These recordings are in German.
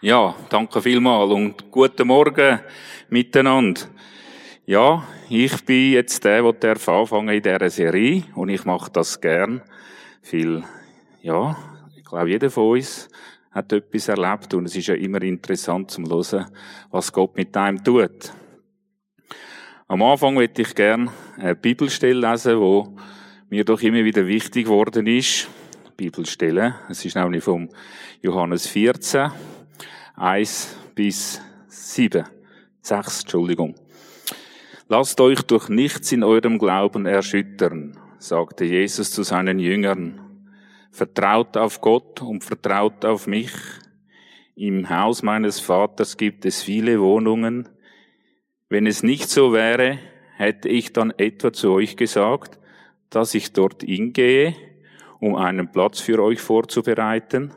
Ja, danke vielmals und guten Morgen miteinander. Ja, ich bin jetzt der anfangen in dieser Serie und ich mache das gern. Viel, ja, ich glaube, jeder von uns hat etwas erlebt und es ist ja immer interessant zu hören, was Gott mit einem tut. Am Anfang möchte ich gern eine Bibelstelle lesen, die mir doch immer wieder wichtig geworden ist. Bibelstelle. Es ist nämlich vom Johannes 14, 1 bis 7. 6, Entschuldigung. Lasst euch durch nichts in eurem Glauben erschüttern, sagte Jesus zu seinen Jüngern. Vertraut auf Gott und vertraut auf mich. Im Haus meines Vaters gibt es viele Wohnungen. Wenn es nicht so wäre, hätte ich dann etwa zu euch gesagt, dass ich dorthin gehe, um einen Platz für euch vorzubereiten.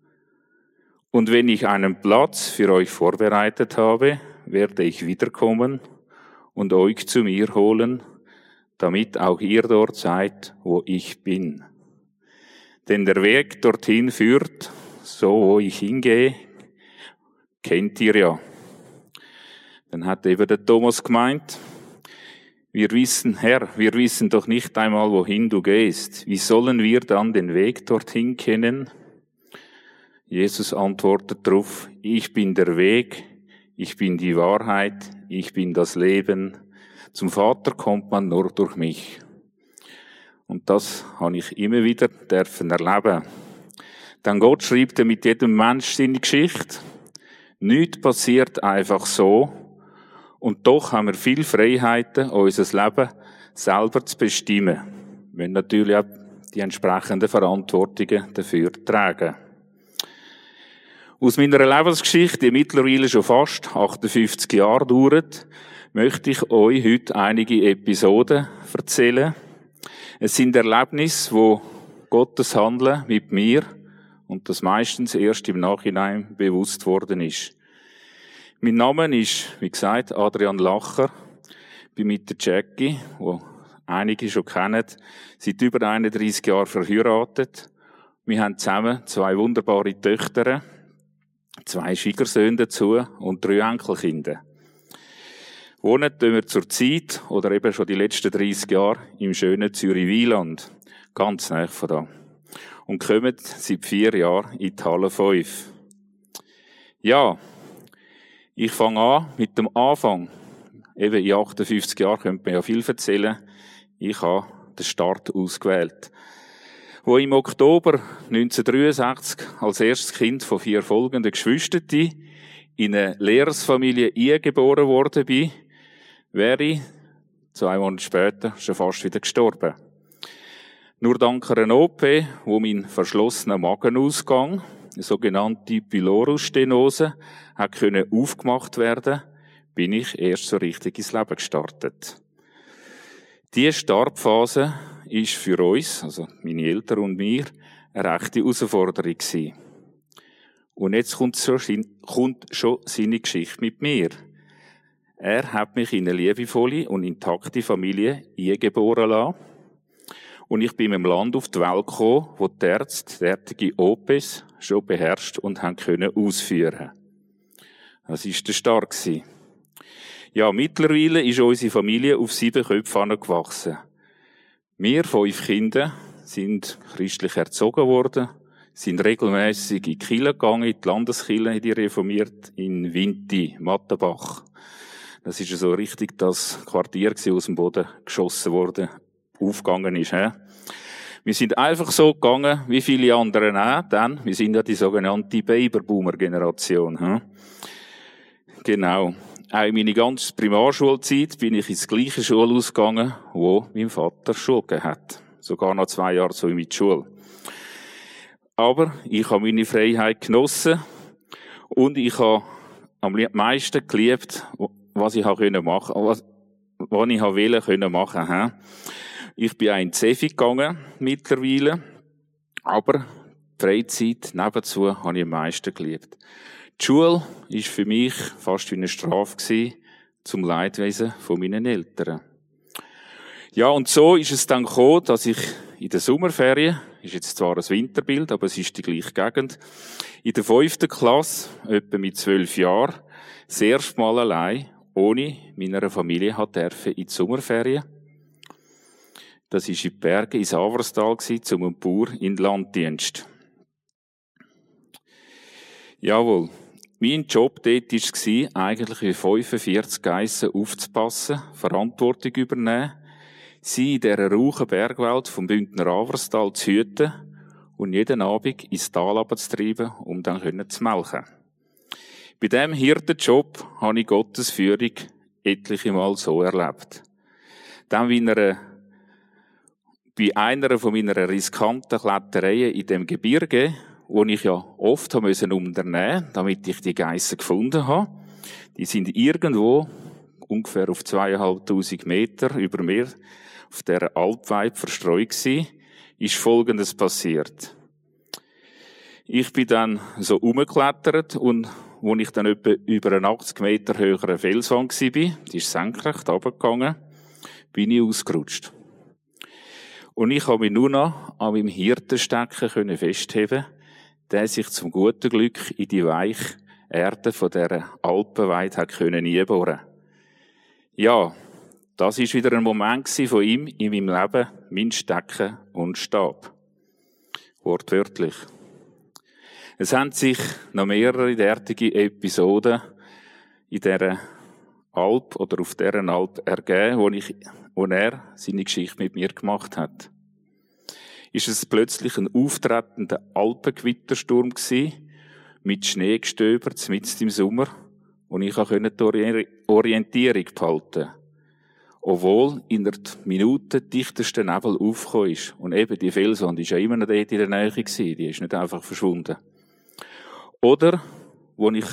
Und wenn ich einen Platz für euch vorbereitet habe, werde ich wiederkommen und euch zu mir holen, damit auch ihr dort seid, wo ich bin. Denn der Weg dorthin führt, so wo ich hingehe, kennt ihr ja. Dann hat eben der Thomas gemeint, Herr, wir wissen doch nicht einmal, wohin du gehst. Wie sollen wir dann den Weg dorthin kennen? Jesus antwortet darauf, ich bin der Weg, ich bin die Wahrheit, ich bin das Leben. Zum Vater kommt man nur durch mich. Und das habe ich immer wieder dürfen erleben. Denn Gott schreibt mit jedem Mensch seine Geschichte. Nichts passiert einfach so. Und doch haben wir viel Freiheiten, unser Leben selber zu bestimmen. Wir müssen natürlich auch die entsprechenden Verantwortungen dafür tragen. Aus meiner Lebensgeschichte, die mittlerweile schon fast 58 Jahre dauert, möchte ich euch heute einige Episoden erzählen. Es sind Erlebnisse, wo Gottes Handeln mit mir und das meistens erst im Nachhinein bewusst worden ist. Mein Name ist, wie gesagt, Adrian Lacher. Ich bin mit der Jackie, wo einige schon kennen, seit über 31 Jahren verheiratet. Wir haben zusammen 2 wunderbare Töchter, 2 Schwiegersöhne dazu und 3 Enkelkinder. Wohnen tun wir zurzeit, oder eben schon die letzten 30 Jahre, im schönen Zürich-Wieland. Ganz nahe von da. Und kommen seit 4 Jahren in die Halle 5. Ja, ich fange an mit dem Anfang. Eben in 58 Jahren könnte man ja viel erzählen. Ich habe den Start ausgewählt. Wo im Oktober 1963 als erstes Kind von 4 folgenden Geschwistern in eine Lehrersfamilie eingeboren worden bin, wäre ich 2 Monate später schon fast wieder gestorben. Nur dank einer OP, wo mein verschlossener Magenausgang, eine sogenannte Pylorusstenose, hat können aufgemacht werden, bin ich erst so richtig ins Leben gestartet. Diese Startphase ist für uns, also meine Eltern und mir, eine rechte Herausforderung gewesen. Und jetzt kommt schon seine Geschichte mit mir. Er hat mich in eine liebevolle und intakte Familie eingeboren lassen. Und ich bin im Land auf die Welt gekommen, wo die Ärzte derartige OPs schon beherrscht und haben können ausführen. Das war der Start gewesen. Ja, mittlerweile ist unsere Familie auf 7 Köpfe gewachsen. Wir 5 Kinder sind christlich erzogen worden, sind regelmäßig in die Kirche gegangen, in die Landeskirche, in die reformiert, in Winti, Mattenbach. Das ist so richtig das Quartier gewesen, aus dem Boden geschossen worden, aufgegangen ist. Wir sind einfach so gegangen, wie viele anderen auch, denn wir sind ja die sogenannte Babyboomer-Generation. Genau. Auch in meiner ganzen Primarschulzeit bin ich ins gleiche Schulhaus gegangen, wo mein Vater Schule gegeben hat. Sogar noch 2 Jahre so in die Schule. Aber ich habe meine Freiheit genossen und ich habe am meisten geliebt, was ich machen konnte, was ich wollte. Ich bin auch in die Zefi gegangen, mittlerweile. Aber die Freizeit nebenzu habe ich am meisten geliebt. Die Schule war für mich fast wie eine Strafe gewesen, zum Leidwesen von meinen Eltern. Ja, und so ist es dann gekommen, dass ich in der Sommerferien, Ist jetzt zwar ein Winterbild, aber es ist die gleiche Gegend. In der 5. Klasse, etwa mit 12 Jahren, das erste Mal allein, ohne meiner Familie durfte in die Sommerferien. Das war in den Bergen, in Saverstal, zu einem Bauer in Landdienst. Jawohl. Mein Job dort war, eigentlich wie 45 Geissen aufzupassen, Verantwortung übernehmen, sie in dieser rauchen Bergwelt vom Bündner Averstal zu hüten und jeden Abend ins Tal runterzutreiben, um dann zu melken. Bei diesem Hirtenjob habe ich Gottes Führung etliche Mal so erlebt. Dann bei einer von meiner riskanten Klettereien in dem Gebirge, wo ich ja oft unternehmen musste, damit ich die Geissen gefunden habe. Die sind irgendwo ungefähr auf 2500 Meter über mir auf dieser Alpweide verstreut gewesen, ist Folgendes passiert. Ich bin dann so umgeklettert und wo ich dann etwa über einen 80 Meter höheren Felswand war, die ist senkrecht runtergegangen, bin ich ausgerutscht. Und ich habe mich nur noch an meinem Hirtenstecken festheben, der sich zum guten Glück in die weiche Erde von dieser Alpenweide hat einbohren. Ja, das ist wieder ein Moment von ihm in meinem Leben, mein Stecken und Stab. Wortwörtlich. Es haben sich noch mehrere derartige Episoden in dieser Alp oder auf dieser Alp ergeben, wo er seine Geschichte mit mir gemacht hat. Ist es plötzlich ein auftretender Alpengewittersturm gewesen, mit Schneegestöber mitten im Sommer, wo ich die Orientierung behalten, obwohl in der Minute dichteste Nebel aufgekommen ist. Und eben die Felswand ist ja immer noch dort in der Nähe gewesen, die ist nicht einfach verschwunden. Oder, wo ich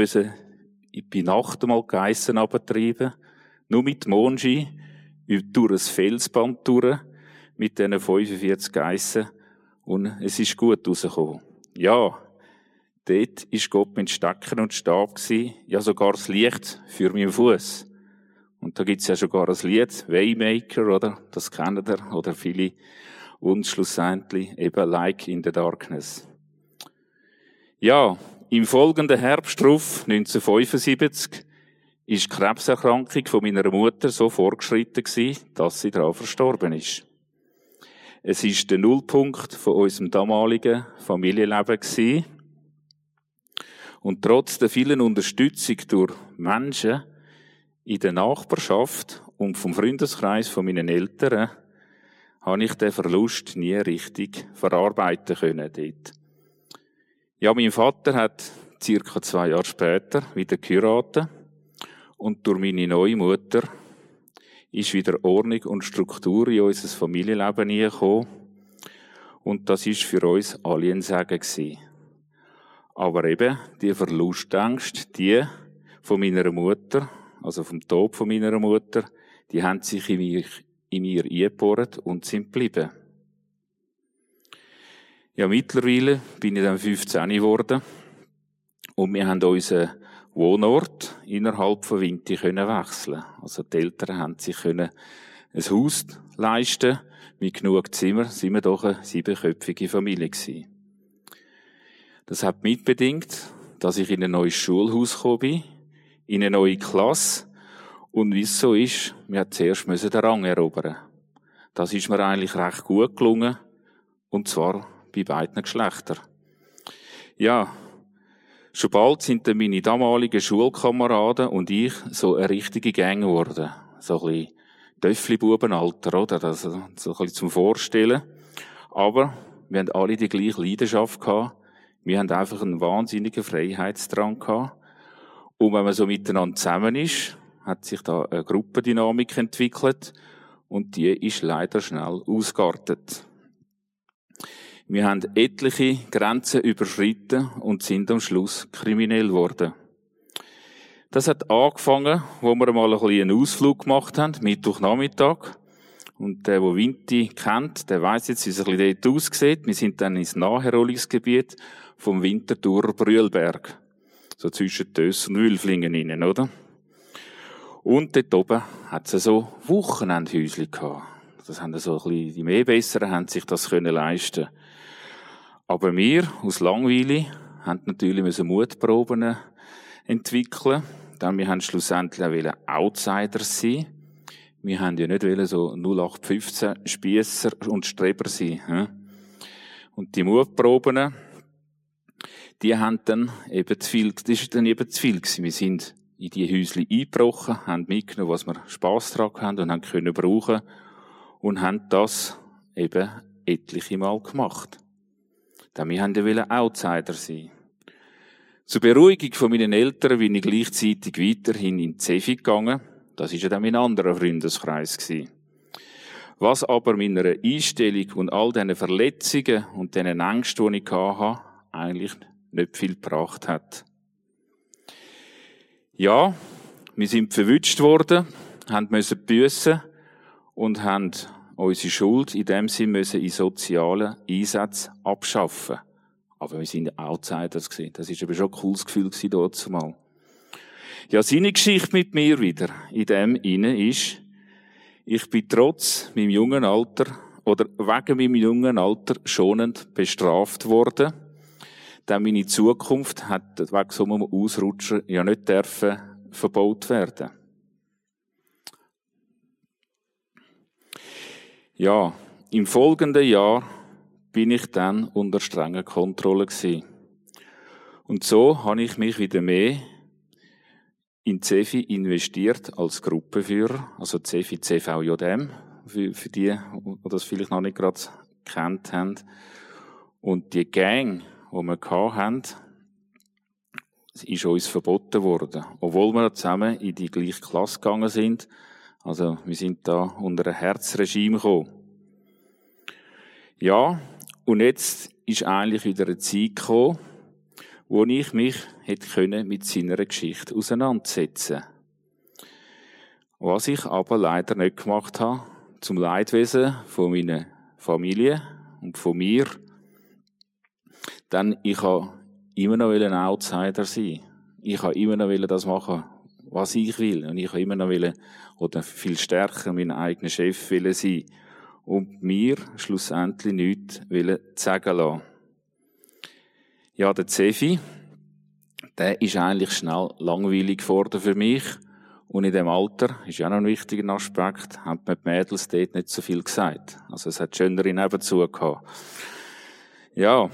bei Nacht einmal Geissen runtertreiben, nur mit Mondschein, durch ein Felsband durch, mit diesen 45 Geissen, und es ist gut rausgekommen. Ja, dort ist Gott mit Stecken und Stab gewesen, ja sogar das Licht für meinen Fuß. Und da gibt's ja sogar ein Lied, Waymaker, oder? Das kennen ihr, oder viele, und schlussendlich eben Like in the Darkness. Ja, im folgenden Herbst 1975 ist die Krebserkrankung von meiner Mutter so fortgeschritten gewesen, dass sie daran verstorben ist. Es ist der Nullpunkt von unserem damaligen Familienleben gewesen. Und trotz der vielen Unterstützung durch Menschen in der Nachbarschaft und vom Freundeskreis von meinen Eltern habe ich den Verlust nie richtig verarbeiten können dort. Ja, mein Vater hat circa 2 Jahre später wieder geheiratet und durch meine neue Mutter ist wieder Ordnung und Struktur in unser Familienleben hineingekommen. Und das ist für uns alle ein Segen gewesen. Aber eben, die Verlustängste, die von meiner Mutter, also vom Tod von meiner Mutter, die haben sich in mir eingebohrt und sind geblieben. Ja, mittlerweile bin ich dann 15 geworden und wir haben unseren Wohnort innerhalb von Winti wechseln. Also die Eltern haben sich ein Haus leisten mit genug Zimmer, sind wir doch eine 7-köpfige Familie gewesen. Das hat mitbedingt, dass ich in ein neues Schulhaus gekommen bin, in eine neue Klasse, und wie es so ist, wir mussten zuerst den Rang erobern. Das ist mir eigentlich recht gut gelungen, und zwar bei beiden Geschlechtern. Ja, schon bald sind dann meine damaligen Schulkameraden und ich so eine richtige Gang geworden. So ein bisschen Töffli-Bubenalter, oder? Das so ein bisschen zum Vorstellen. Aber wir haben alle die gleiche Leidenschaft gehabt. Wir haben einfach einen wahnsinnigen Freiheitsdrang gehabt. Und wenn man so miteinander zusammen ist, hat sich da eine Gruppendynamik entwickelt. Und die ist leider schnell ausgeartet. Wir haben etliche Grenzen überschritten und sind am Schluss kriminell geworden. Das hat angefangen, wo wir mal ein bisschen einen Ausflug gemacht haben, Mittwochnachmittag. Und der Winti kennt, der weiss jetzt, wie es ein bisschen dort aussieht. Wir sind dann ins Naherholungsgebiet vom Winterthurer Brühlberg. So zwischen Töss und Wülflingen rein, oder? Und dort oben hat es so Wochenendhäuschen gehabt. Das haben so ein bisschen, die mehr Besseren haben sich das können leisten. Aber wir, aus Langweile, haben natürlich Mutproben entwickeln. Dann, wir haben schlussendlich auch Outsiders sein. Wir haben ja nicht so 0815 Spiesser und Streber sein. Und die Mutproben, die haben dann eben zu viel, das ist dann eben zu viel gewesen. Wir sind in die Häusli eingebrochen, haben mitgenommen, was wir Spass dran haben und haben können brauchen und haben das eben etliche Mal gemacht. Denn wir wollten Outsider sein. Zur Beruhigung von meinen Eltern bin ich gleichzeitig weiterhin in die Zefi gegangen. Das war ja dann mein anderer Freundeskreis gewesen. Was aber meiner Einstellung und all diesen Verletzungen und diesen Ängsten, die ich hatte, eigentlich nicht viel gebracht hat. Ja, wir sind verwünscht worden, müssen büssen und haben unsere Schuld in dem Sinn müssen in sozialen Einsätzen abschaffen. Aber wir sind Outsiders gewesen. Das war aber schon ein cooles Gefühl dort zumal. Ja, seine Geschichte mit mir wieder in dem inne ist, ich bin trotz meinem jungen Alter oder wegen meinem jungen Alter schonend bestraft worden. Denn meine Zukunft hat wegen so einem Ausrutscher ja nicht dürfen verbaut werden. Ja, im folgenden Jahr bin ich dann unter strenger Kontrolle gewesen. Und so habe ich mich wieder mehr in Zefi investiert als Gruppenführer, also Zefi CVJM, für die, die das vielleicht noch nicht gerade gekannt haben. Und die Gang, die wir hatten, ist uns verboten worden. Obwohl wir zusammen in die gleiche Klasse gegangen sind. Also, wir sind da unter ein Herzregime gekommen. Ja, und jetzt ist eigentlich wieder eine Zeit gekommen, wo ich mich hätte mit seiner Geschichte auseinandersetzen können. Was ich aber leider nicht gemacht habe, zum Leidwesen von meiner Familie und von mir, denn ich habe immer noch ein Outsider sein. Ich habe immer noch das machen, was ich will. Und ich habe immer noch oder viel stärker mein eigener Chef sein und mir schlussendlich nichts sagen lassen. Ja, der Zefi, der ist eigentlich schnell langweilig geworden für mich. Und in dem Alter, ist ja auch noch ein wichtiger Aspekt, haben mir die Mädels dort nicht so viel gesagt. Also es hat schönere nebenzu gehabt. Ja,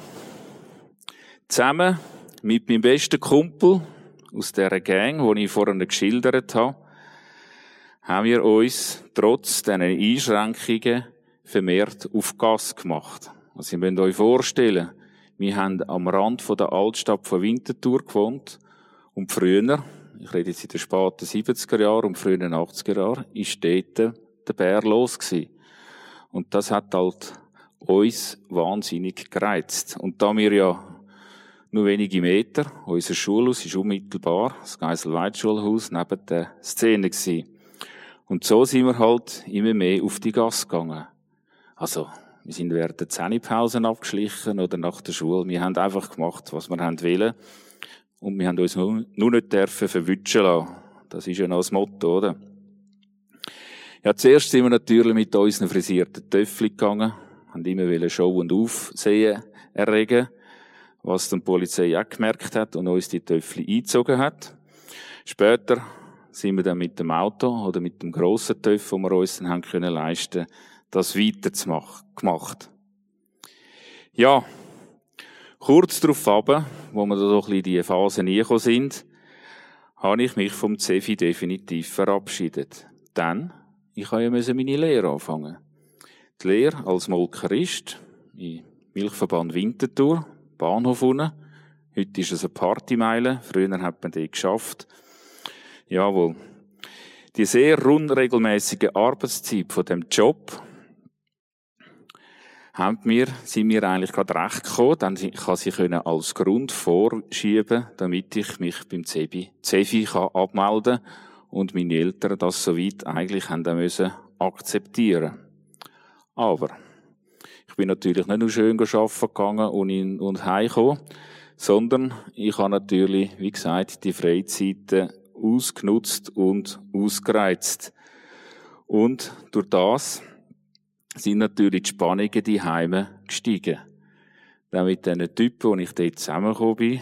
zusammen mit meinem besten Kumpel aus dieser Gang, die ich vorhin geschildert habe, haben wir uns trotz diesen Einschränkungen vermehrt auf Gas gemacht. Also, ihr müsst euch vorstellen, wir haben am Rand der Altstadt von Winterthur gewohnt und früher, ich rede jetzt in den späten 70er Jahren und frühen 80er Jahren, ist dort der Bär los gewesen. Und das hat halt uns wahnsinnig gereizt. Und da wir ja nur wenige Meter, unser Schulhaus ist unmittelbar, das Geisel-Weid-Schulhaus, neben der Szene gewesen. Und so sind wir halt immer mehr auf die Gasse gegangen. Also, wir sind während der Zähnepausen abgeschlichen oder nach der Schule. Wir haben einfach gemacht, was wir wollen. Und wir haben uns nur nicht dürfen verwutschen lassen. Das ist ja noch das Motto, oder? Ja, zuerst sind wir natürlich mit unseren frisierten Töffel gegangen, haben immer Show und Aufsehen erregen, was dann die Polizei auch gemerkt hat und uns die Töffel eingezogen hat. Später sind wir dann mit dem Auto oder mit dem grossen Töffel, den wir uns dann haben können leisten, das weitergemacht. Ja, kurz darauf ab, wo wir da so ein bisschen in die Phase reingekommen sind, habe ich mich vom Zefi definitiv verabschiedet. Denn ich musste ja meine Lehre anfangen. Die Lehre als Molkerist im Milchverband Winterthur, Bahnhof unten. Heute ist es eine Partymeile. Früher hat man die geschafft. Jawohl. Die sehr unregelmäßige Arbeitszeit von dem Job sind mir eigentlich gerade recht gekommen, denn ich kann sie als Grund vorschieben, damit ich mich beim Zefi abmelden kann und meine Eltern das soweit eigentlich haben müssen akzeptieren. Aber ich bin natürlich nicht nur schön arbeiten gegangen und heimgekommen, sondern ich habe natürlich, wie gesagt, die Freizeiten ausgenutzt und ausgereizt. Und durch das sind natürlich die Spannungen die Heime gestiegen. Dann mit diesen Typen, wo ich dort zusammengekommen bin,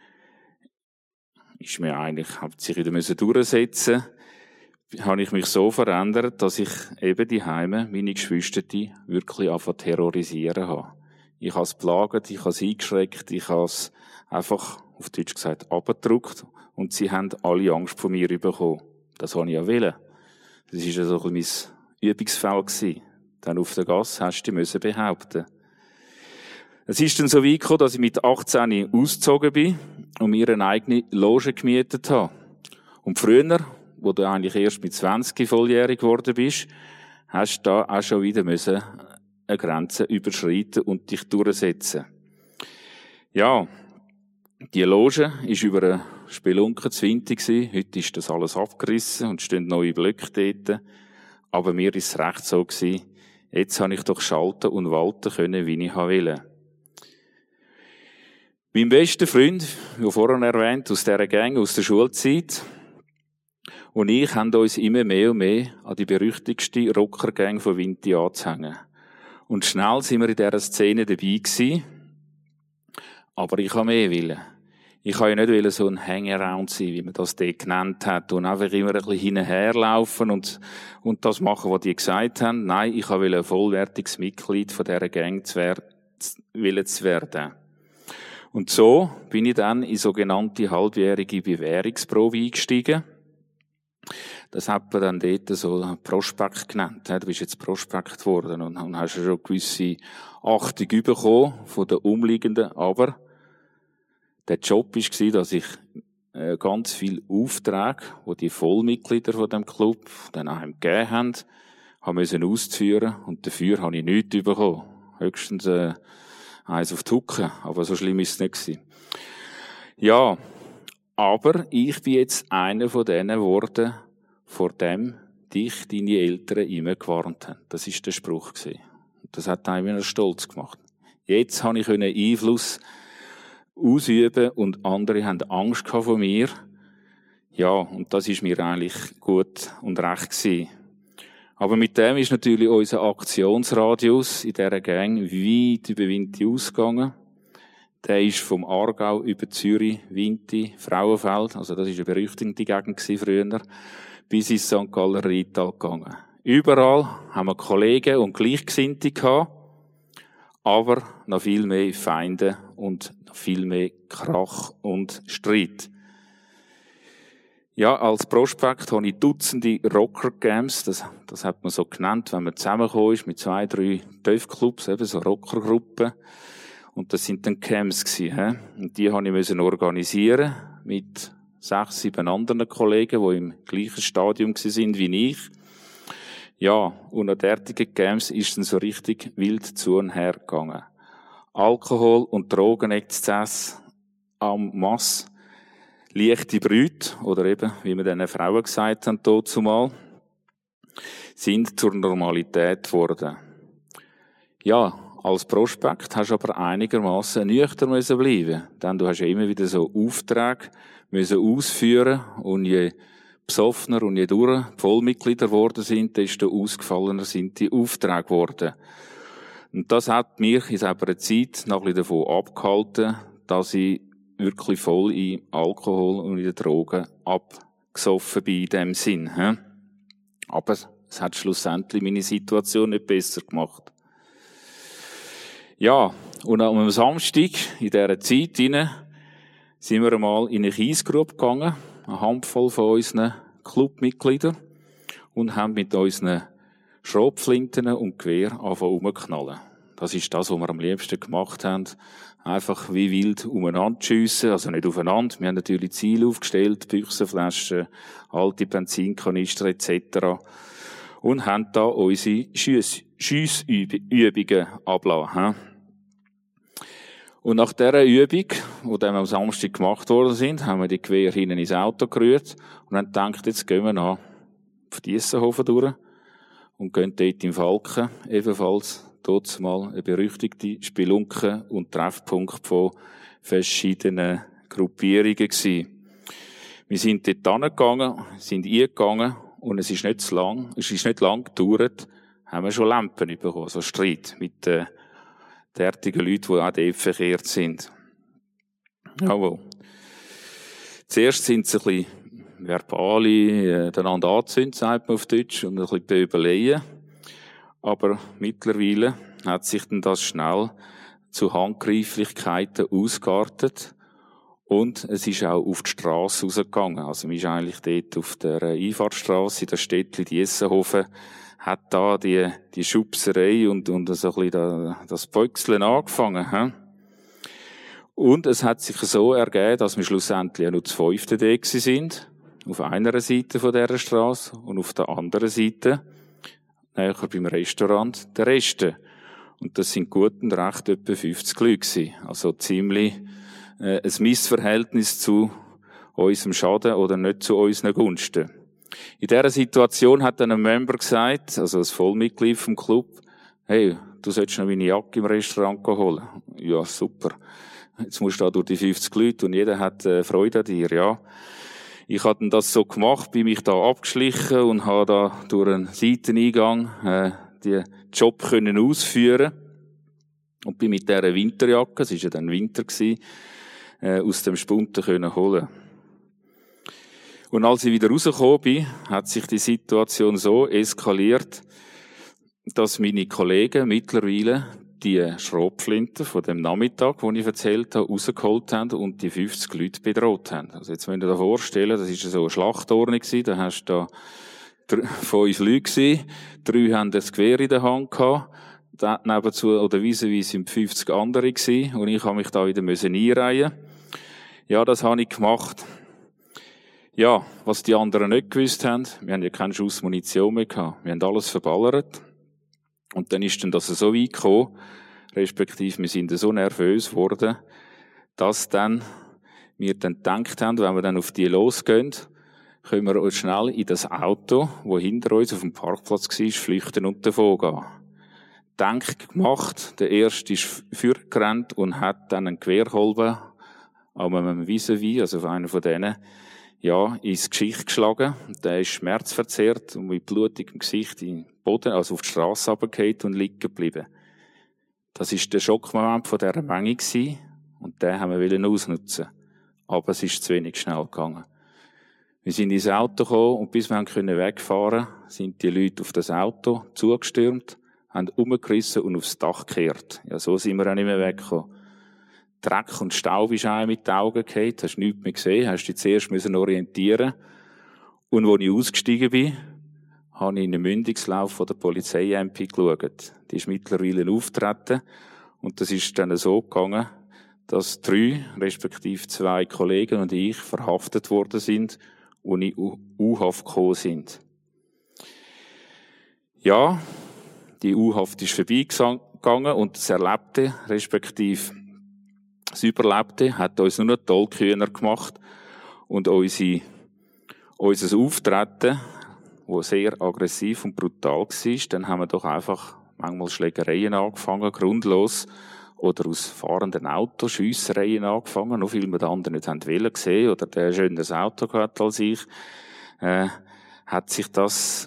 ist mir eigentlich, hat sich wieder durchsetzen müssen, habe ich mich so verändert, dass ich eben die Heime, meine Geschwister, wirklich einfach terrorisieren habe. Ich habe es plagt, ich habe es eingeschreckt, ich habe es einfach, auf Deutsch gesagt, abgedruckt und sie haben alle Angst vor mir bekommen. Das habe ich ja wollen. Das war ja so ein bisschen mein Übungsfeld gewesen. Dann auf der Gasse hast du dich behaupten. Es ist dann so weit gekommen, dass ich mit 18 ausgezogen bin und mir eine eigene Loge gemietet habe. Und früher, wo du eigentlich erst mit 20 volljährig geworden bist, hast du da auch schon wieder eine Grenze überschreiten und dich durchsetzen. Ja, die Loge war über eine Spelunke zu Winter gewesen. Heute ist das alles abgerissen und stehen neue Blöcke dort. Aber mir ist es recht so gewesen. Jetzt habe ich doch schalten und walten können, wie ich wollte. Mein bester Freund, wie vorhin erwähnt, aus dieser Gang, aus der Schulzeit, und ich haben uns immer mehr und mehr an die berüchtigste Rockergang von Vinti anzuhängen. Und schnell sind wir in dieser Szene dabei gewesen. Aber ich habe mehr wollen. Ich wollte ja nicht so ein Hangaround sein, wie man das dort genannt hat, und einfach immer ein bisschen hinterherlaufen und das machen, was die gesagt haben. Nein, ich wollte ein vollwertiges Mitglied von dieser Gang zu werden. Und so bin ich dann in sogenannte halbjährige Bewährungsprobe eingestiegen. Das hat man dann dort so Prospekt genannt. Du bist jetzt Prospekt geworden und hast schon gewisse Achtung bekommen von den Umliegenden. Aber der Job war, dass ich ganz viele Aufträge, die die Vollmitglieder von dem Club dann einem gegeben haben, auszuführen. Und dafür habe ich nichts bekommen. Höchstens eins auf die Hucke. Aber so schlimm ist es nicht gewesen. Ja, aber ich bin jetzt einer von denen geworden, vor dem dich deine Eltern immer gewarnt haben. Das war der Spruch gewesen. Und das hat einen stolz gemacht. Jetzt habe ich Einfluss ausüben und andere haben Angst vor mir. Ja, und das ist mir eigentlich gut und recht gewesen. Aber mit dem ist natürlich unser Aktionsradius in dieser Gang weit über Vinti ausgegangen. Der ist vom Aargau über Zürich, Vinti, Frauenfeld, also das war eine berüchtigte Gegend früher, bis ins St. Galler Rheintal gegangen. Überall haben wir Kollegen und Gleichgesinnte gehabt, aber noch viel mehr Feinde und noch viel mehr Krach und Streit. Ja, als Prospekt habe ich Dutzende Rocker-Camps, das hat man so genannt, wenn man zusammengekommen ist mit 2, 3 TÜV-Clubs, eben so Rockergruppen. Und das sind dann Camps gewesen, und die habe ich organisieren mit 6, 7 anderen Kollegen, die im gleichen Stadium sind wie ich. Ja, und an derartigen Camps ist dann so richtig wild zu und her gegangen. Alkohol- und Drogenexzess en masse, leichte Brüte, oder eben, wie wir diesen Frauen gesagt haben, dazumal, sind zur Normalität geworden. Ja, als Prospekt hast du aber einigermaßen nüchtern bleiben. Denn du hast ja immer wieder so Aufträge ausführen, und je besoffener und je durch Vollmitglieder geworden sind, desto ausgefallener sind die Aufträge geworden. Und das hat mich in einer Zeit noch ein bisschen davon abgehalten, dass ich wirklich voll in Alkohol und in den Drogen abgesoffen bin in dem Sinn. Aber es hat schlussendlich meine Situation nicht besser gemacht. Ja, und am Samstag, in dieser Zeit sind wir einmal in eine Kiesgrube gegangen, eine Handvoll von unseren Clubmitgliedern, und haben mit unseren Schrotflinten und Gewehr angefangen rumzuknallen. Das ist das, was wir am liebsten gemacht haben. Einfach wie wild umeinander schiessen, also nicht aufeinander. Wir haben natürlich Ziele aufgestellt, Büchsenflaschen, alte Benzinkanister etc. Und haben da unsere Schiessübungen abgelassen. Und nach dieser Übung, die dann am Samstag gemacht worden sind, haben wir die Gewehr hinten ins Auto gerührt und haben gedacht, jetzt gehen wir nach auf Diessenhofen durch und gehen dort im Falken, ebenfalls dort mal eine berüchtigte Spelunke und Treffpunkt von verschiedenen Gruppierungen gewesen. Wir sind dort hingegangen, sind eingegangen, und es ist nicht lang gedauert, haben wir schon Lampen bekommen, so Streit mit den derartigen Leuten, die auch dort verkehrt sind. Jawohl. Zuerst sind sie ein bisschen verbale, einander anzünden, sagt man auf Deutsch, und ein bisschen überlegen. Aber mittlerweile hat sich dann das schnell zu Handgreiflichkeiten ausgeartet. Und es ist auch auf die Strasse rausgegangen. Also man ist eigentlich dort auf der Einfahrtstrasse in der Städtli Diessenhofen, hat da die Schubserei und so ein bisschen das Böckseln angefangen. He? Und es hat sich so ergeben, dass wir schlussendlich nur zu 5. da sind. Auf einer Seite von dieser Strasse und auf der anderen Seite, näher beim Restaurant, der Reste. Und das sind gut und recht etwa 50 Leute gewesen. Also ziemlich ein Missverhältnis zu unserem Schaden oder nicht zu unseren Gunsten. In dieser Situation hat dann ein Member gesagt, also ein Vollmitglied vom Club, hey, du solltest noch meine Jacke im Restaurant holen. Ja, super. Jetzt musst du da durch die 50 Leute und jeder hat Freude an dir, ja. Ich habe dann das so gemacht, bin mich da abgeschlichen und habe da durch einen Seiteneingang die Job können ausführen und bin mit dieser Winterjacke, es war ja dann Winter gewesen, aus dem Spunten können holen. Und als ich wieder rausgekommen bin, hat sich die Situation so eskaliert, dass meine Kollegen mittlerweile die Schrotflinten von dem Nachmittag, den ich erzählt habe, rausgeholt haben und die 50 Leute bedroht haben. Also jetzt müsst ihr euch vorstellen, das war so eine Schlachtordnung gewesen, da hast du da 5 Leute gewesen, 3 haben das Gewehr in der Hand gehabt, da nebenzu, oder vis-à-vis sind 50 andere gewesen, und ich habe mich da wieder einreihen. Ja, das habe ich gemacht. Ja, was die anderen nicht gewusst haben, wir haben ja keine Schuss Munition mehr gehabt. Wir haben alles verballert. Und dann ist dann das so weit gekommen, respektive wir sind so nervös geworden, dass dann wir dann gedacht haben, wenn wir dann auf die losgehen, können wir uns schnell in das Auto, das hinter uns auf dem Parkplatz war, flüchten und davon gehen. Denk gemacht, der Erste ist vorgerannt und hat dann einen Gewehrkolben an einem vis-à-vis, also auf einen von denen, ja, ins Gesicht geschlagen. Der ist schmerzverzerrt und mit blutigem Gesicht in den Boden, also auf die Strasse runtergefallen und liegen geblieben. Das war der Schockmoment von dieser Menge gewesen, und den haben wir ausnutzen. Aber es ist zu wenig schnell gegangen. Wir sind ins Auto gekommen und bis wir wegfahren konnten, sind die Leute auf das Auto zugestürmt, haben umgerissen und aufs Dach gekehrt. Ja, so sind wir auch nicht mehr weggekommen. Dreck und Staub ist einem mit den Augen gefallen, hast nichts mehr gesehen, hast dich zuerst orientieren müssen. Und als ich ausgestiegen bin, habe ich in den Mündungslauf von der Polizei-MP geschaut. Die ist mittlerweile aufgetreten, und das ist dann so gegangen, dass 3, respektive 2 Kollegen und ich verhaftet worden sind und in U-Haft gekommen sind. Ja, die U-Haft ist vorbeigegangen und das Erlebte, respektive das Überlebte, hat uns nur noch tollkühner gemacht und unser Auftreten, das sehr aggressiv und brutal war, dann haben wir doch einfach manchmal Schlägereien angefangen, grundlos, oder aus fahrenden Autos Schiessereien angefangen, noch viel wir den anderen nicht haben wollen sehen, oder der ein schöneres Auto gehabt als ich, hat sich das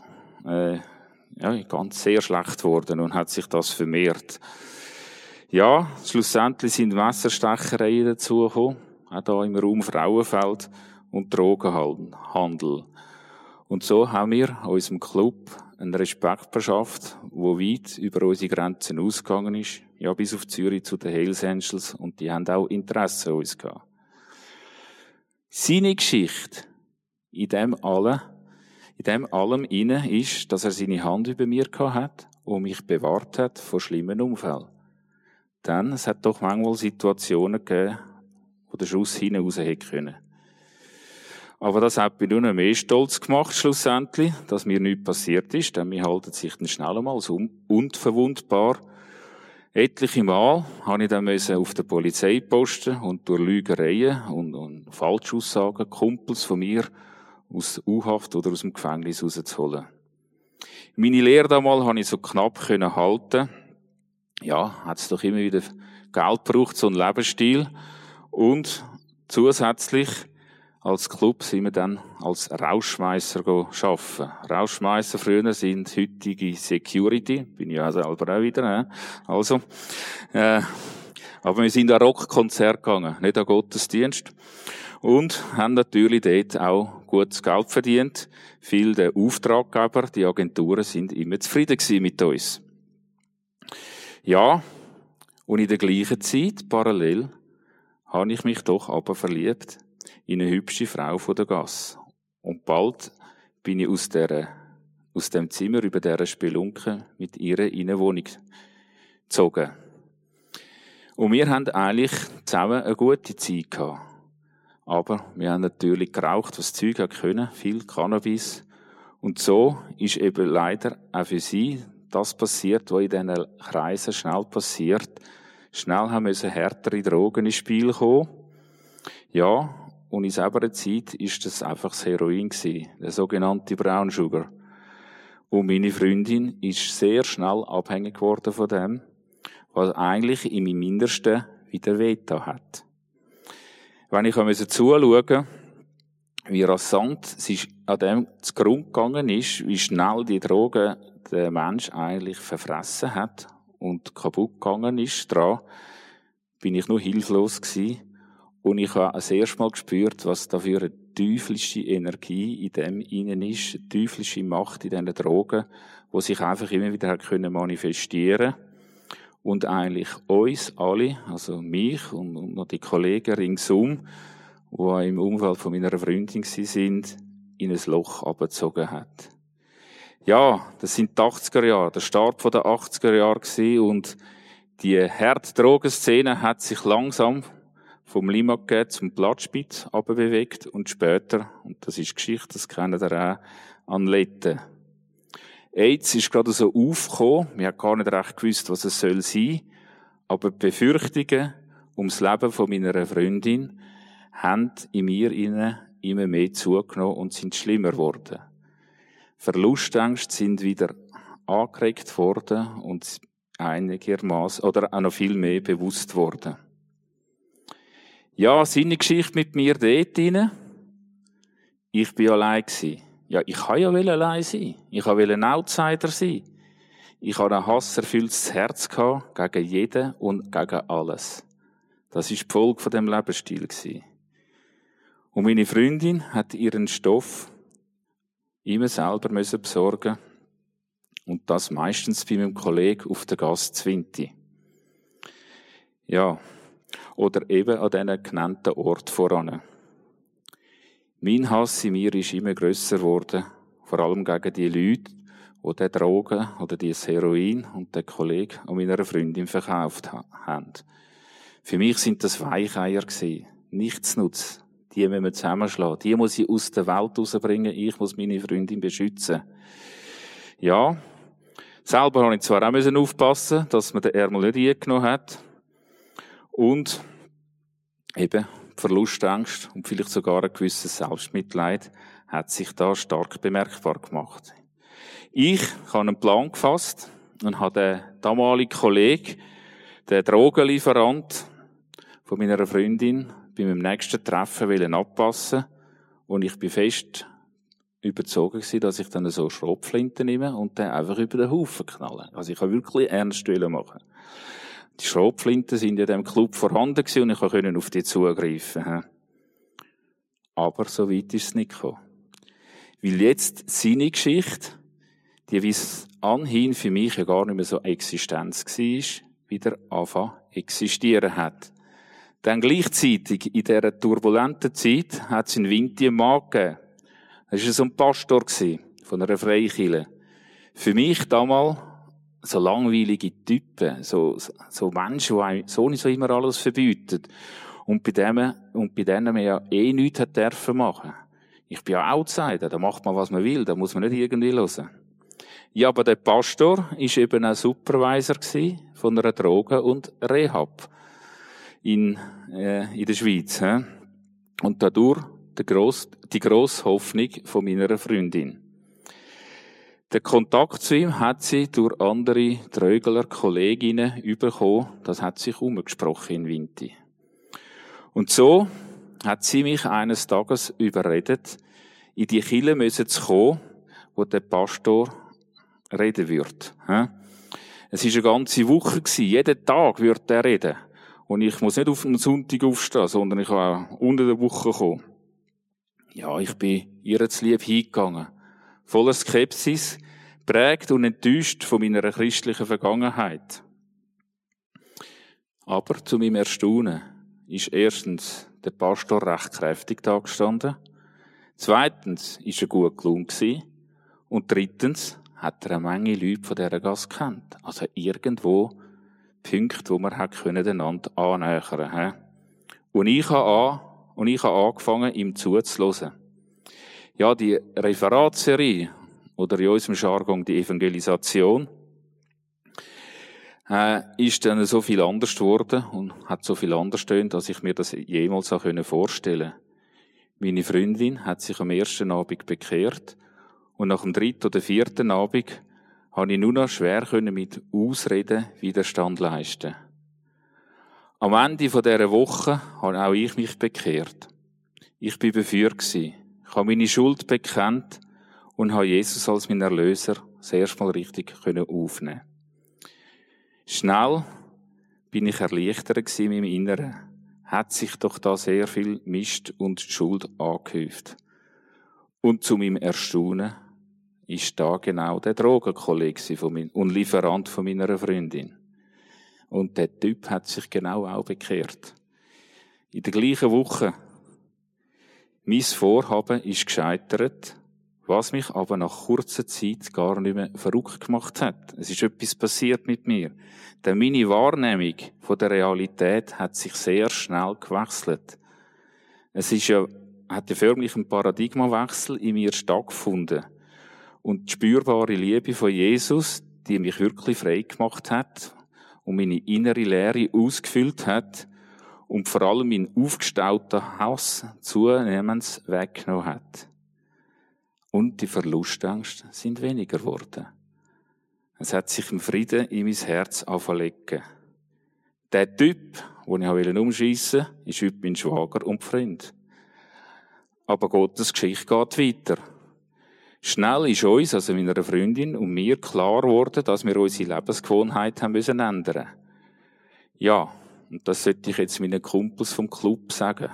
ganz sehr schlecht geworden und hat sich das vermehrt. Ja, schlussendlich sind Messerstechereien dazugekommen, auch da im Raum Frauenfeld, und Drogenhandel. Und so haben wir unserem Club einen Respekt verschafft, der weit über unsere Grenzen ausgegangen ist, ja, bis auf Zürich zu den Hells Angels, und die haben auch Interesse an uns gehabt. Seine Geschichte in dem allem inne ist, dass er seine Hand über mir gehabt hat und mich bewahrt hat vor schlimmen Unfällen. Denn es hat doch manchmal Situationen gegeben, wo der Schuss hinaus hätte können. Aber das hat mich nur noch mehr stolz gemacht, schlussendlich, dass mir nichts passiert ist, denn wir halten sich dann schnell einmal so unverwundbar. Etliche Mal habe ich dann auf der Polizeiposten und durch Lügereien und Falschaussagen Kumpels von mir aus U-Haft oder aus dem Gefängnis rauszuholen. Meine Lehre damals habe ich so knapp halten. Ja, hat es doch immer wieder Geld gebraucht, so ein Lebensstil. Und zusätzlich als Club sind wir dann als Rauschmeißer arbeiten. Rauschmeißer früher sind heutige Security. Bin ich ja selber auch wieder. Also, aber wir sind an Rockkonzert gegangen, nicht an Gottesdienst. Und haben natürlich dort auch gutes Geld verdient. Viele der Auftraggeber, die Agenturen, sind immer zufrieden gewesen mit uns. Ja, und in der gleichen Zeit, parallel, habe ich mich doch aber verliebt in eine hübsche Frau von der Gasse. Und bald bin ich aus dem Zimmer über dieser Spelunke mit ihr in eine Wohnung gezogen. Und wir haben eigentlich zusammen eine gute Zeit gehabt. Aber wir haben natürlich geraucht, was Zeug hat können, viel Cannabis. Und so ist eben leider auch für sie das passiert, was in diesen Kreisen schnell passiert. Schnell haben müssen härtere Drogen ins Spiel kommen. Ja, und in selber Zeit ist das einfach das Heroin gewesen, der sogenannte Brown Sugar. Und meine Freundin ist sehr schnell abhängig geworden von dem, was eigentlich in meinem Innersten wieder wehgetan hat. Wenn ich zuschauen, wie rasant sie an dem zugrunde gegangen ist, wie schnell die Drogen der Mensch eigentlich verfressen hat und kaputt gegangen ist dran, bin ich nur hilflos gewesen. Und ich habe das erste Mal gespürt, was da für eine teuflische Energie in dem innen ist, eine teuflische Macht in diesen Drogen, die sich einfach immer wieder manifestieren können. Und eigentlich uns alle, also mich und noch die Kollegen ringsum, die im Umfeld von meiner Freundin sind, in ein Loch abgezogen hat. Ja, das sind die 80er Jahre, der Start der 80er Jahre gewesen, und die Hard-Drogen-Szene hat sich langsam vom Limmat zum Blattspitz abbewegt und später, und das ist Geschichte, das kennen ihr auch, an Letten. AIDS ist gerade so aufgekommen. Wir haben gar nicht recht gewusst, was es soll sein. Aber die Befürchtungen ums Leben von meiner Freundin haben in mir immer mehr zugenommen und sind schlimmer geworden. Verlustängste sind wieder angeregt worden und einigermaßen, oder auch noch viel mehr bewusst worden. Ja, seine Geschichte mit mir dort rein. Ich bin allein gewesen. Ja, ich kann ja allein sein. Ich wollte ein Outsider sein. Ich hatte ein hasserfülltes Herz gegen jeden und gegen alles. Das war die Folge von diesem Lebensstil. Und meine Freundin hat ihren Stoff immer selber besorgen. Und das meistens bei meinem Kollegen auf der Gasse Zwinti. Ja. Oder eben an diesen genannten Ort voran. Mein Hass in mir ist immer grösser geworden, vor allem gegen die Leute, die die Drogen oder das Heroin und den Kollegen an meiner Freundin verkauft haben. Für mich sind das Weicheier gewesen. Nichtsnutz. Die müssen wir zusammenschlagen. Die muss ich aus der Welt rausbringen. Ich muss meine Freundin beschützen. Ja. Selber habe ich zwar auch aufpassen, dass man den Ärmel nicht eingenommen hat. Und eben Verlustängste und vielleicht sogar ein gewisses Selbstmitleid hat sich da stark bemerkbar gemacht. Ich habe einen Plan gefasst und habe den damaligen Kollegen, den Drogenlieferant von meiner Freundin, bei meinem nächsten Treffen abpassen. Und ich bin fest überzeugt gewesen, dass ich dann so Schrotflinten nehme und dann einfach über den Haufen knalle. Also ich habe wirklich ernst machen. Die Schrotflinten sind in diesem Club vorhanden gewesen und ich konnte auf die zugreifen. Aber so weit ist es nicht gekommen. Weil jetzt seine Geschichte, die bis anhin für mich ja gar nicht mehr so Existenz war, wieder anfangen existieren hat. Dann gleichzeitig in dieser turbulenten Zeit hat es in Vinti einen Mann gegeben. Das war so ein Pastor von einer Freikirche. Für mich damals so langweilige Typen, so Menschen, die so immer alles verbieten. Und bei denen man ja nichts hat dürfen machen. Ich bin ja Outsider, da macht man, was man will, da muss man nicht irgendwie hören. Ja, aber der Pastor war eben ein Supervisor von einer Drogen- und Rehab in der Schweiz. Und dadurch die grosse Hoffnung von meiner Freundin. Der Kontakt zu ihm hat sie durch andere Trögler, Kolleginnen bekommen. Das hat sich umgesprochen in Vinti. Und so hat sie mich eines Tages überredet, in die Kirche zu kommen, wo der Pastor reden wird. Es war eine ganze Woche gewesen. Jeden Tag wird er reden. Und ich muss nicht auf den Sonntag aufstehen, sondern ich kann auch unter der Woche kommen. Ja, ich bin ihr zu lieb hingegangen. Voller Skepsis, prägt und enttäuscht von meiner christlichen Vergangenheit. Aber zu meinem Erstaunen ist erstens der Pastor recht kräftig da gestanden. Zweitens ist er gut gelaunt gewesen. Und drittens hat er eine Menge Leute von dieser Gasse gekannt. Also irgendwo Punkte, wo man einander annähern konnte. Und ich habe angefangen, ihm zuzuhören. Ja, die Referatsserie, oder in unserem Jargon die Evangelisation, ist dann so viel anders geworden und hat so viel anders gestöhnt, als ich mir das jemals vorstellen konnte. Meine Freundin hat sich am ersten Abend bekehrt und nach dem dritten oder vierten Abend konnte ich nur noch schwer mit Ausreden Widerstand leisten. Am Ende dieser Woche habe auch ich mich bekehrt. Ich war beführt gewesen. Ich habe meine Schuld bekennt und habe Jesus als meinen Erlöser das erste Mal richtig aufnehmen. Schnell bin ich erleichtert in meinem Inneren. Hat sich doch da sehr viel Mist und Schuld angehäuft. Und zu meinem Erstaunen ist da genau der Drogenkollege und Lieferant von meiner Freundin. Und der Typ hat sich genau auch bekehrt. In der gleichen Woche. Mein Vorhaben ist gescheitert, was mich aber nach kurzer Zeit gar nicht mehr verrückt gemacht hat. Es ist etwas passiert mit mir. Denn meine Wahrnehmung von der Realität hat sich sehr schnell gewechselt. Hat ja förmlich ein Paradigmawechsel in mir stattgefunden. Und die spürbare Liebe von Jesus, die mich wirklich frei gemacht hat und meine innere Leere ausgefüllt hat und vor allem meinen aufgestauten Hass zunehmend weggenommen hat. Und die Verlustängste sind weniger geworden. Es hat sich ein Frieden in mein Herz angelegt. Der Typ, den ich umschiessen wollte, ist heute mein Schwager und Freund. Aber Gottes Geschichte geht weiter. Schnell ist uns, also meiner Freundin und mir, klar geworden, dass wir unsere Lebensgewohnheit haben müssen ändern. Ja, und das sollte ich jetzt meinen Kumpels vom Club sagen.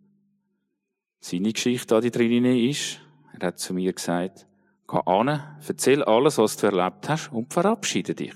Seine Geschichte da drin ist, er hat zu mir gesagt, geh an, erzähl alles, was du erlebt hast und verabschiede dich.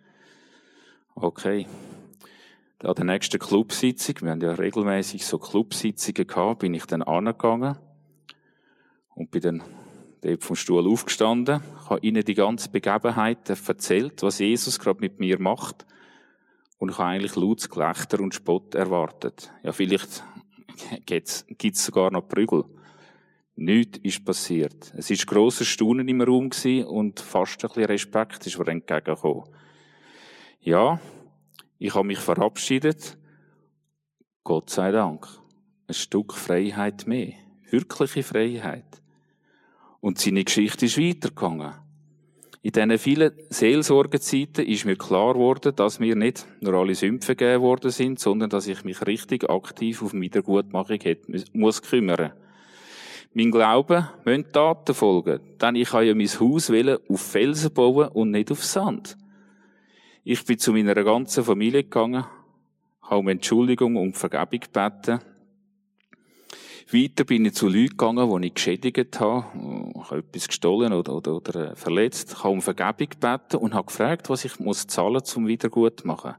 Okay. An der nächsten Clubsitzung, wir haben ja regelmäßig so Clubsitzungen gehabt, bin ich dann angegangen und bin dann dort vom Stuhl aufgestanden, habe ihnen die ganze Begebenheit erzählt, was Jesus gerade mit mir macht. Und ich habe eigentlich lautes Gelächter und Spott erwartet. Ja, vielleicht gibt's sogar noch Prügel. Nichts ist passiert. Es war grosses Staunen im Raum und fast ein bisschen Respekt ist mir entgegengekommen. Ja, ich habe mich verabschiedet. Gott sei Dank. Ein Stück Freiheit mehr. Wirkliche Freiheit. Und seine Geschichte ist weitergegangen. In diesen vielen Seelsorgezeiten ist mir klar geworden, dass mir nicht nur alle Sümpfe gegeben worden sind, sondern dass ich mich richtig aktiv auf Wiedergutmachung muss kümmern. Mein Glaube müssen Taten folgen, denn ich habe ja mein Haus auf Felsen bauen und nicht auf Sand. Ich bin zu meiner ganzen Familie gegangen, habe um Entschuldigung und Vergebung gebeten. Weiter bin ich zu Leuten gegangen, die ich geschädigt habe. Ich habe etwas gestohlen oder verletzt. Ich habe um Vergebung gebeten und habe gefragt, was ich zahlen muss, um Wiedergutmachen.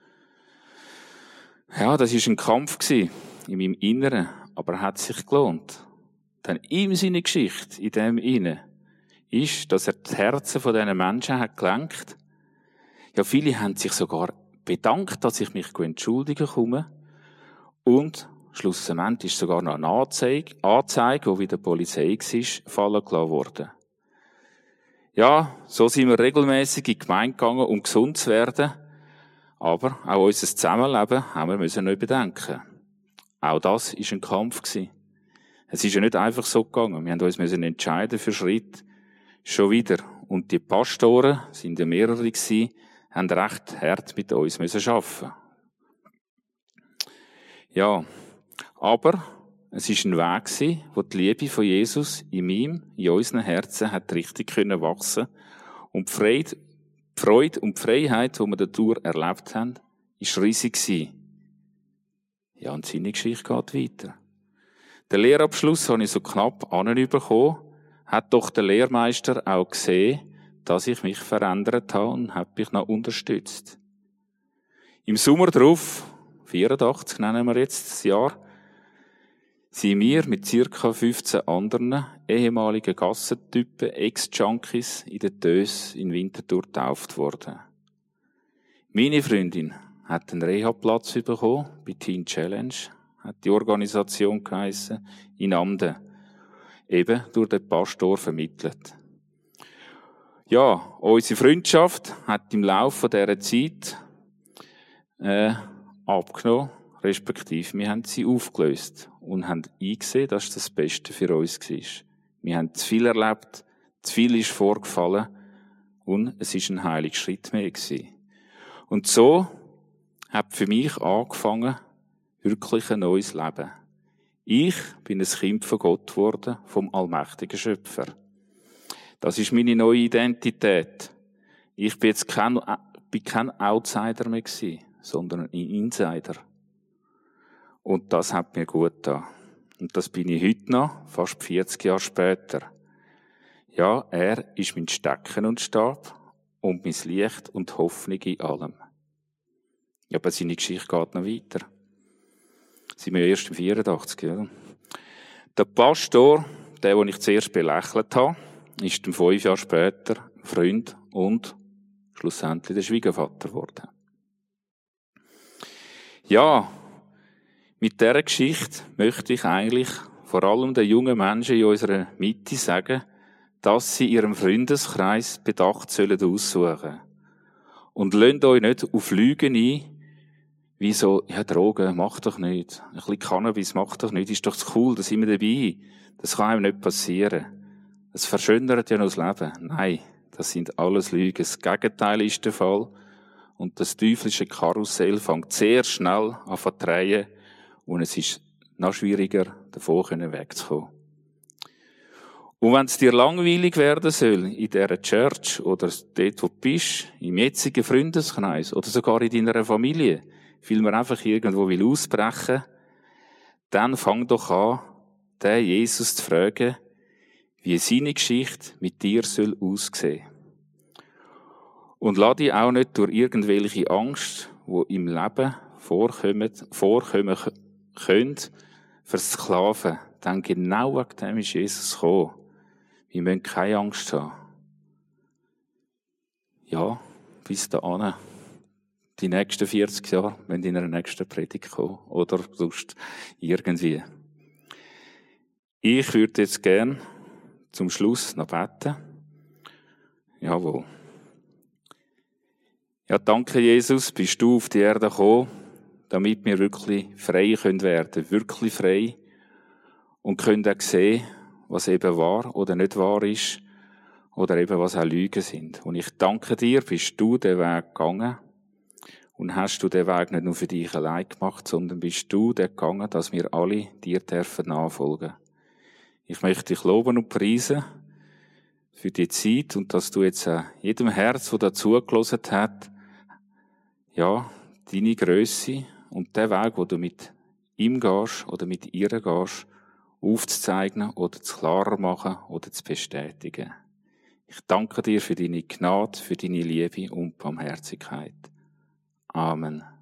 Ja, das war ein Kampf in meinem Inneren, aber er hat sich gelohnt. Denn ihm seine Geschichte in dem Innen ist, dass er die Herzen von diesen Menschen hat gelenkt. Ja, viele haben sich sogar bedankt, dass ich mich entschuldigen komme. Und schlussendlich ist sogar noch eine Anzeige, die bei der Polizei war, fallen gelassen worden. Ja, so sind wir regelmäßig in die Gemeinde gegangen, um gesund zu werden. Aber auch unser Zusammenleben haben wir neu bedenken. Auch das war ein Kampf gewesen. Es ist ja nicht einfach so gegangen. Wir mussten uns entscheiden für Schritt. Schon wieder. Und die Pastoren, sind ja mehrere gewesen, haben recht hart mit uns arbeiten. Ja. Aber Es war ein Weg gewesen, wo die Liebe von Jesus in unseren Herzen hat richtig wachsen können. Und die Freude und die Freiheit, die wir dadurch erlebt haben, war riesig gewesen. Ja, und seine Geschichte geht weiter. Den Lehrabschluss habe ich so knapp anbekommen, hat doch der Lehrmeister auch gesehen, dass ich mich verändert habe und hat mich noch unterstützt. Im Sommer drauf, 84 nennen wir jetzt das Jahr, sind wir mit ca. 15 anderen ehemaligen Gassentypen, Ex-Junkies in der Tös in Winterthur getauft worden. Meine Freundin hat einen Reha-Platz bekommen, bei Teen Challenge, hat die Organisation geheissen, in Amden. Eben durch den Pastor vermittelt. Ja, unsere Freundschaft hat im Laufe dieser Zeit abgenommen, respektive wir haben sie aufgelöst und haben eingesehen, dass das Beste für uns war. Wir haben zu viel erlebt, zu viel ist vorgefallen und es ist ein heiliger Schritt mehr gewesen. Und so hat für mich angefangen, wirklich ein neues Leben. Ich bin ein Kind von Gott geworden, vom allmächtigen Schöpfer. Das ist meine neue Identität. Ich bin jetzt kein Outsider mehr gewesen, sondern ein Insider. Und das hat mir gut getan. Und das bin ich heute noch, fast 40 Jahre später. Ja, er ist mein Stecken und Stab und mein Licht und Hoffnung in allem. Ja, aber seine Geschichte geht noch weiter. Sind wir erst im 84, ja. Der Pastor, den ich zuerst belächelt habe, ist 5 Jahre später Freund und schlussendlich der Schwiegervater geworden. Ja, mit dieser Geschichte möchte ich eigentlich vor allem den jungen Menschen in unserer Mitte sagen, dass sie ihrem Freundeskreis bedacht aussuchen sollen. Und lasst euch nicht auf Lügen ein, wie so, ja, Drogen, mach doch nicht. Ein bisschen Cannabis, mach doch nicht. Ist doch cool, da sind wir dabei. Das kann einem nicht passieren. Es verschönert ja noch das Leben. Nein, das sind alles Lügen. Das Gegenteil ist der Fall. Und das teuflische Karussell fängt sehr schnell an zu drehen. Und es ist noch schwieriger, davon wegzukommen. Und wenn es dir langweilig werden soll, in dieser Church oder dort, wo du bist, im jetzigen Freundeskreis oder sogar in deiner Familie, weil man einfach irgendwo ausbrechen will, dann fang doch an, den Jesus zu fragen, wie seine Geschichte mit dir soll aussehen. Und lass dich auch nicht durch irgendwelche Angst, die im Leben vorkommen können, versklaven. Denn genau wegen dem ist Jesus gekommen. Wir müssen keine Angst haben. Ja, bis dahin. Die nächsten 40 Jahre, wenn in einer nächsten Predigt kommen. Oder sonst irgendwie. Ich würde jetzt gern zum Schluss noch beten. Jawohl. Ja, danke Jesus, bist du auf die Erde gekommen, damit wir wirklich frei werden können. Wirklich frei. Und können auch sehen, was eben wahr oder nicht wahr ist. Oder eben was auch Lügen sind. Und ich danke dir, bist du den Weg gegangen. Und hast du den Weg nicht nur für dich allein gemacht, sondern bist du den gegangen, dass wir alle dir dürfen nachfolgen. Ich möchte dich loben und preisen für die Zeit und dass du jetzt jedem Herz, das dazugelassen hat, ja, deine Grösse und den Weg, wo du mit ihm gehst oder mit ihr gehst, aufzuzeigen oder zu klarer machen oder zu bestätigen. Ich danke dir für deine Gnade, für deine Liebe und Barmherzigkeit. Amen.